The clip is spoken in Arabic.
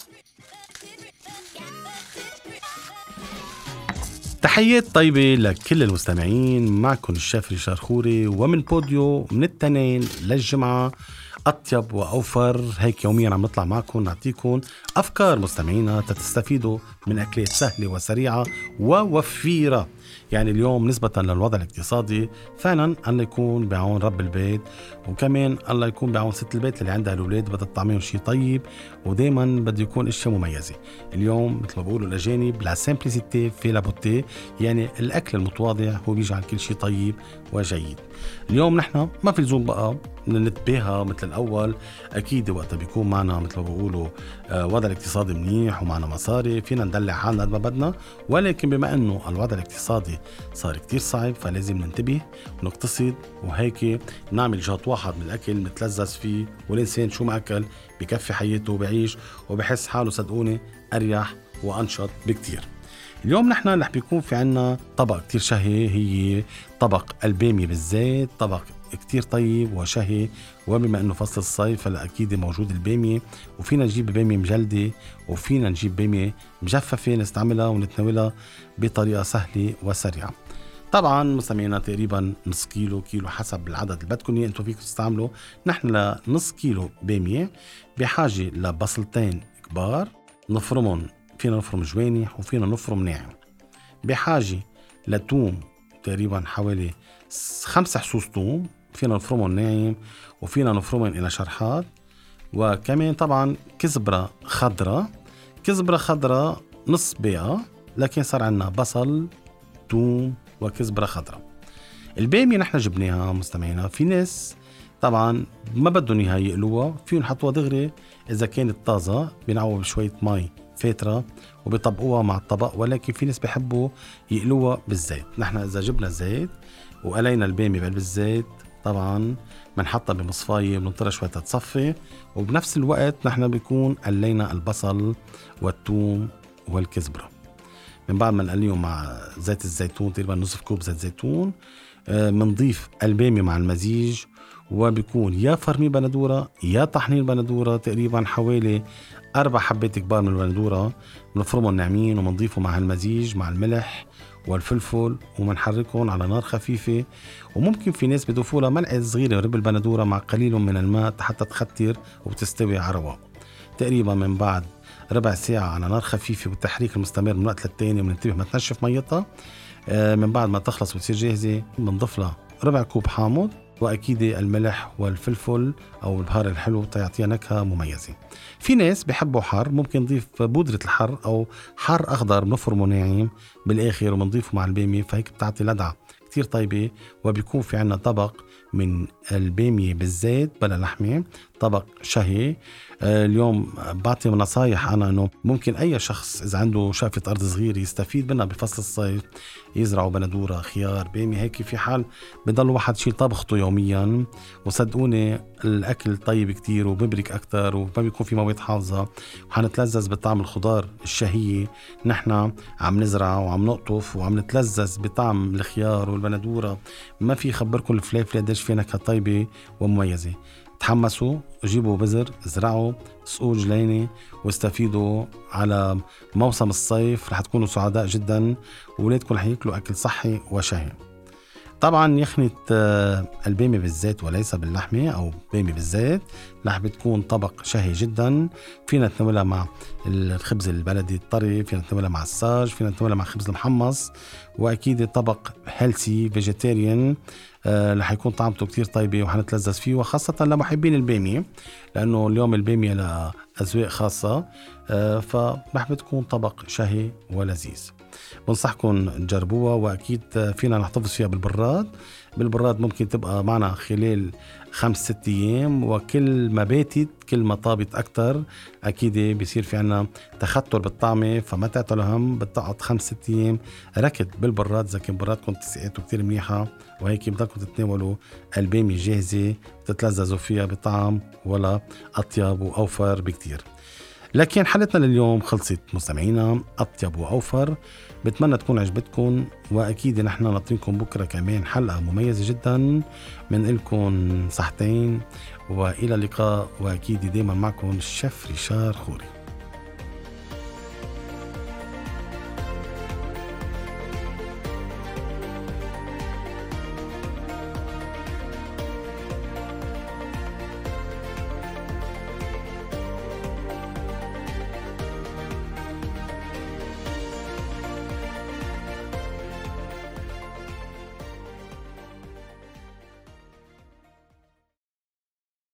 تحيات طيبة لكل المستمعين. معكم الشيف ريشار خوري، ومن بوديو من التنين للجمعة أطيب وأوفر. هيك يوميا عم نطلع معكم نعطيكم أفكار مستمعينا تستفيدوا من أكلات سهلة وسريعة ووفيرة. يعني اليوم نسبة للوضع الاقتصادي فعلا الله يكون بعون رب البيت، وكمان الله يكون بعون ست البيت اللي عندها الأولاد بدها تطعميهم شيء طيب، ودايما بده يكون اشياء مميزة. اليوم مثل ما بقولوا الأجانب لا سيمبليسيتي في لا بوتي، يعني الأكل المتواضع هو بيجعل كل شيء طيب وجيد. اليوم نحن ما في لزوم بقى نتباهى مثل الأول. أكيد وقتها بيكون معنا مثل ما بقولوا وضع الاقتصادي منيح ومعنا مصاري فينا ندلع حالنا قد ما بدنا، ولكن بما أنه الوضع الاقتصادي صار كتير صعب فلازم ننتبه ونقتصد، وهيك نعمل جهة واحد من الأكل نتلذذ فيه. والإنسان شو ما أكل بكفي حياته وبعيش وبحس حاله صدقوني أريح وأنشط بكتير. اليوم نحن رح بيكون في عنا طبق كتير شهي، هي طبق البامية بالزيت. طبق كتير طيب وشهي، وبما انه فصل الصيف فلا اكيد موجود البامية، وفينا نجيب بامية مجلدة وفينا نجيب بامية مجففة نستعملها ونتناولها بطريقة سهلة وسريعة. طبعا مستمعينا تقريبا نص كيلو حسب العدد اللي بدكم اياه انتم فيكم تستعملوا. نحن لنص كيلو بامية بحاجة لبصلتين كبار نفرمهم، فينا نفرم جوانح وفينا نفرم ناعم. بحاجة لتوم تقريبا حوالي 5 حصوص توم، فينا نفرمهم ناعم وفينا نفرمهم إلى شرحات. وكمان طبعا كزبرة خضرة نص باقة، لكن صار عنا بصل توم وكزبرة خضرة. البامية نحن جبناها مستمعينا، في ناس طبعا ما بدهم اياها يقلوها، فيهم حطوها دغري اذا كانت طازة بينعوها بشوية مي فاترة وبيطبقوها مع الطبق، ولكن في ناس بيحبوا يقلوها بالزيت. نحن اذا جبنا زيت وقلينا البامية بقلب الزيت طبعا بنحطها بمصفاية بننطرها شوية تتصفي، وبنفس الوقت نحن بيكون قلينا البصل والثوم والكزبرة. من بعد ما نقليهم مع زيت الزيتون تقريبا نصف كوب زيت زيتون، منضيف البامية مع المزيج، وبيكون يا فرمي بندورة يا طحنين بندورة تقريبا حوالي 4 حبات كبار من البندورة. بنفرمهم ناعمين ومنضيفهم مع المزيج مع الملح والفلفل ومنحركهم على نار خفيفة. وممكن في ناس بيضيفوا لها ملعقة صغيرة رب البندورة مع قليل من الماء حتى تختر وبتستوي على رواق. تقريبا من بعد ربع ساعة على نار خفيفة والتحريك المستمر من وقت للتاني، ومننتبه ما تنشف ميتها. من بعد ما تخلص وتصير جاهزة بنضيف لها ربع كوب حامض، وأكيد الملح والفلفل أو البهار الحلو تيعطيها نكهة مميزة. في ناس بيحبوا حار، ممكن نضيف بودرة الحر أو حار أخضر بنفرمه ناعم بالآخر وبنضيفه مع البامية، فهيك بتعطي لدعة كتير طيبة. وبيكون في عنا طبق من البامية بالزيت بلا لحمة، طبق شهي. اليوم بعطي نصايح أنا أنه ممكن أي شخص إذا عنده شقفة أرض صغير يستفيد منها بفصل الصيف، يزرعوا بندورة خيار بامية، هيك في حال بضل واحد شيء طبخته يوميا. وصدقوني الأكل طيب كتير وببرك أكتر وما بيكون في مواد حافظة، وحنتلذذ بطعم الخضار الشهية. نحن عم نزرع وعم نقطف وعم نتلذذ بطعم الخيار والبندورة. ما في خبركم الفلافل قديش في نكهة طيبة ومميزة. تحمسوا، جيبوا بذر، زرعوا، سقوا جلينة واستفيدوا على موسم الصيف. رح تكونوا سعداء جدا، وولادكم رح يأكلوا أكل صحي وشهي. طبعا يخنة البامية بالزيت وليس باللحمة أو بامية بالزيت رح بتكون طبق شهي جدا. فينا نتناولها مع الخبز البلدي الطري، فينا نتناولها مع الساج، فينا نتناولها مع خبز المحمص، وأكيد طبق هيلثي فيجيتيريان رح يكون طعمته كتير طيبة وحنتلذذ فيه، وخاصة لمحبين البامية لأنه اليوم البامية لأذواق خاصة. فرح بتكون طبق شهي ولذيذ. بنصحكم تجربوها، وأكيد فينا نحتفظ فيها بالبراد ممكن تبقى معنا خلال 5-6 أيام، وكل ما باتت كل ما طابت أكتر أكيد بيصير في عنا تخطر بالطعمة. فما تعتلوا هم، بتقعد 5-6 أيام ركض بالبراد إذا كان برادكم تسقيته كتير منيحة، وهيك بدكم تتناولوا البامية جاهزة تتلذذوا فيها بطعم ولا أطيب وأوفر بكتير. لكن حلقتنا لليوم خلصت مستمعينا، أطيب وأوفر. بتمنى تكون عجبتكم، وأكيد نحن نعطيكم بكرة كمان حلقة مميزة جدا من لكم صحتين، وإلى اللقاء. وأكيد دايما معكم الشيف ريشار خوري.